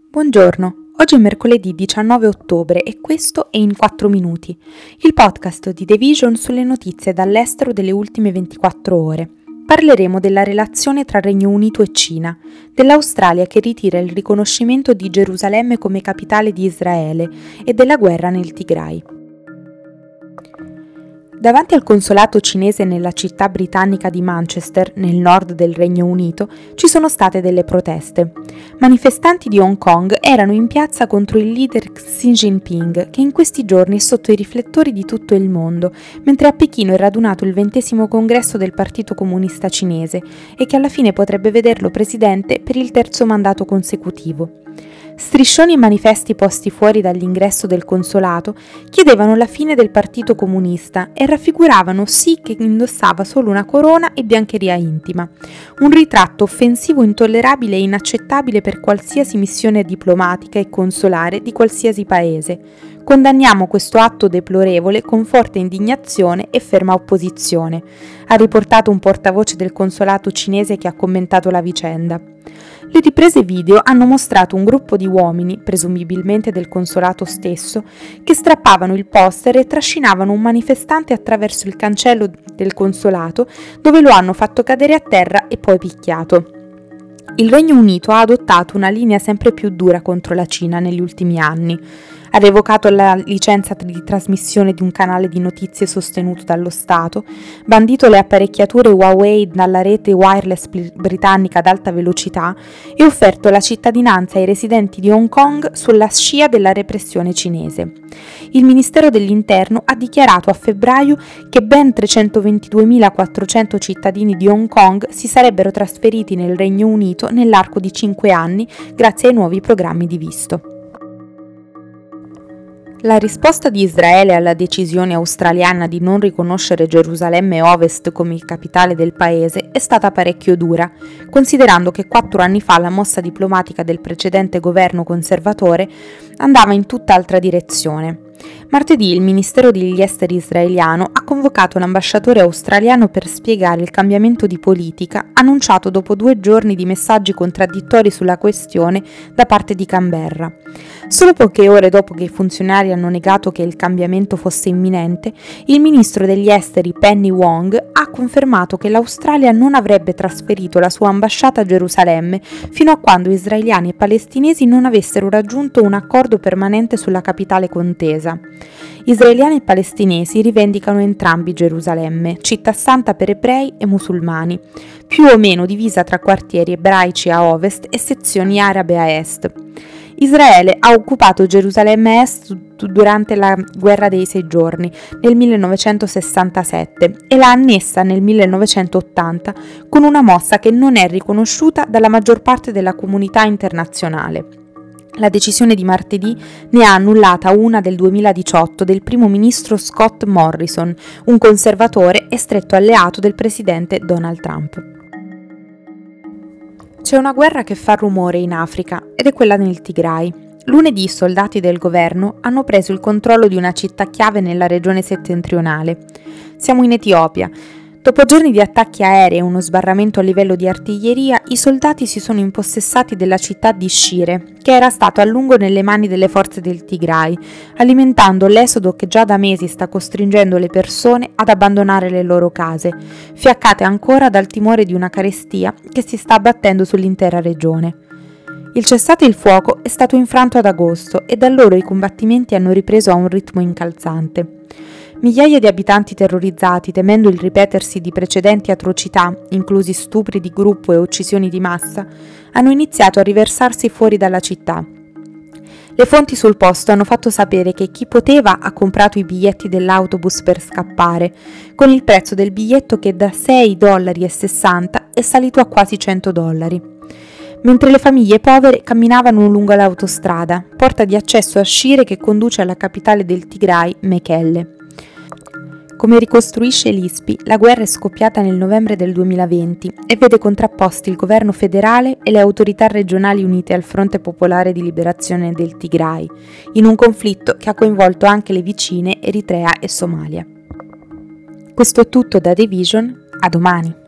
Buongiorno, oggi è mercoledì 19 ottobre e questo è In 4 Minuti, il podcast di The Vision sulle notizie dall'estero delle ultime 24 ore. Parleremo della relazione tra Regno Unito e Cina, dell'Australia che ritira il riconoscimento di Gerusalemme come capitale di Israele e della guerra nel Tigray. Davanti al consolato cinese nella città britannica di Manchester, nel nord del Regno Unito, ci sono state delle proteste. Manifestanti di Hong Kong erano in piazza contro il leader Xi Jinping, che in questi giorni è sotto i riflettori di tutto il mondo, mentre a Pechino è radunato il 20° congresso del Partito Comunista Cinese e che alla fine potrebbe vederlo presidente per il 3° mandato consecutivo. Striscioni e manifesti posti fuori dall'ingresso del consolato chiedevano la fine del Partito Comunista e raffiguravano Xi che indossava solo una corona e biancheria intima, un ritratto offensivo, intollerabile e inaccettabile per qualsiasi missione diplomatica e consolare di qualsiasi paese. Condanniamo questo atto deplorevole con forte indignazione e ferma opposizione, ha riportato un portavoce del consolato cinese che ha commentato la vicenda. Le riprese video hanno mostrato un gruppo di uomini, presumibilmente del consolato stesso, che strappavano il poster e trascinavano un manifestante attraverso il cancello del consolato, dove lo hanno fatto cadere a terra e poi picchiato. Il Regno Unito ha adottato una linea sempre più dura contro la Cina negli ultimi anni. Ha revocato la licenza di trasmissione di un canale di notizie sostenuto dallo Stato, bandito le apparecchiature Huawei dalla rete wireless britannica ad alta velocità e offerto la cittadinanza ai residenti di Hong Kong sulla scia della repressione cinese. Il Ministero dell'Interno ha dichiarato a febbraio che ben 322.400 cittadini di Hong Kong si sarebbero trasferiti nel Regno Unito nell'arco di 5 anni grazie ai nuovi programmi di visto. La risposta di Israele alla decisione australiana di non riconoscere Gerusalemme Ovest come capitale del paese è stata parecchio dura, considerando che 4 anni fa la mossa diplomatica del precedente governo conservatore andava in tutt'altra direzione. Martedì il Ministero degli Esteri israeliano ha convocato l'ambasciatore australiano per spiegare il cambiamento di politica annunciato dopo 2 giorni di messaggi contraddittori sulla questione da parte di Canberra. Solo poche ore dopo che i funzionari hanno negato che il cambiamento fosse imminente, il ministro degli esteri Penny Wong ha confermato che l'Australia non avrebbe trasferito la sua ambasciata a Gerusalemme fino a quando israeliani e palestinesi non avessero raggiunto un accordo permanente sulla capitale contesa. Israeliani e palestinesi rivendicano entrambi Gerusalemme, città santa per ebrei e musulmani, più o meno divisa tra quartieri ebraici a ovest e sezioni arabe a est. Israele ha occupato Gerusalemme Est durante la Guerra dei 6 giorni nel 1967 e l'ha annessa nel 1980 con una mossa che non è riconosciuta dalla maggior parte della comunità internazionale. La decisione di martedì ne ha annullata una del 2018 del primo ministro Scott Morrison, un conservatore e stretto alleato del presidente Donald Trump. C'è una guerra che fa rumore in Africa ed è quella nel Tigray. Lunedì i soldati del governo hanno preso il controllo di una città chiave nella regione settentrionale. Siamo in Etiopia. Dopo giorni di attacchi aerei e uno sbarramento a livello di artiglieria, i soldati si sono impossessati della città di Shire, che era stato a lungo nelle mani delle forze del Tigray, alimentando l'esodo che già da mesi sta costringendo le persone ad abbandonare le loro case, fiaccate ancora dal timore di una carestia che si sta abbattendo sull'intera regione. Il cessate il fuoco è stato infranto ad agosto e da allora i combattimenti hanno ripreso a un ritmo incalzante. Migliaia di abitanti terrorizzati, temendo il ripetersi di precedenti atrocità, inclusi stupri di gruppo e uccisioni di massa, hanno iniziato a riversarsi fuori dalla città. Le fonti sul posto hanno fatto sapere che chi poteva ha comprato i biglietti dell'autobus per scappare, con il prezzo del biglietto che da $6,60 è salito a quasi $100. Mentre le famiglie povere camminavano lungo l'autostrada, porta di accesso a Shire che conduce alla capitale del Tigray, Mekelle. Come ricostruisce l'ISPI, la guerra è scoppiata nel novembre del 2020 e vede contrapposti il governo federale e le autorità regionali unite al Fronte Popolare di Liberazione del Tigray, in un conflitto che ha coinvolto anche le vicine Eritrea e Somalia. Questo è tutto da The Vision, a domani.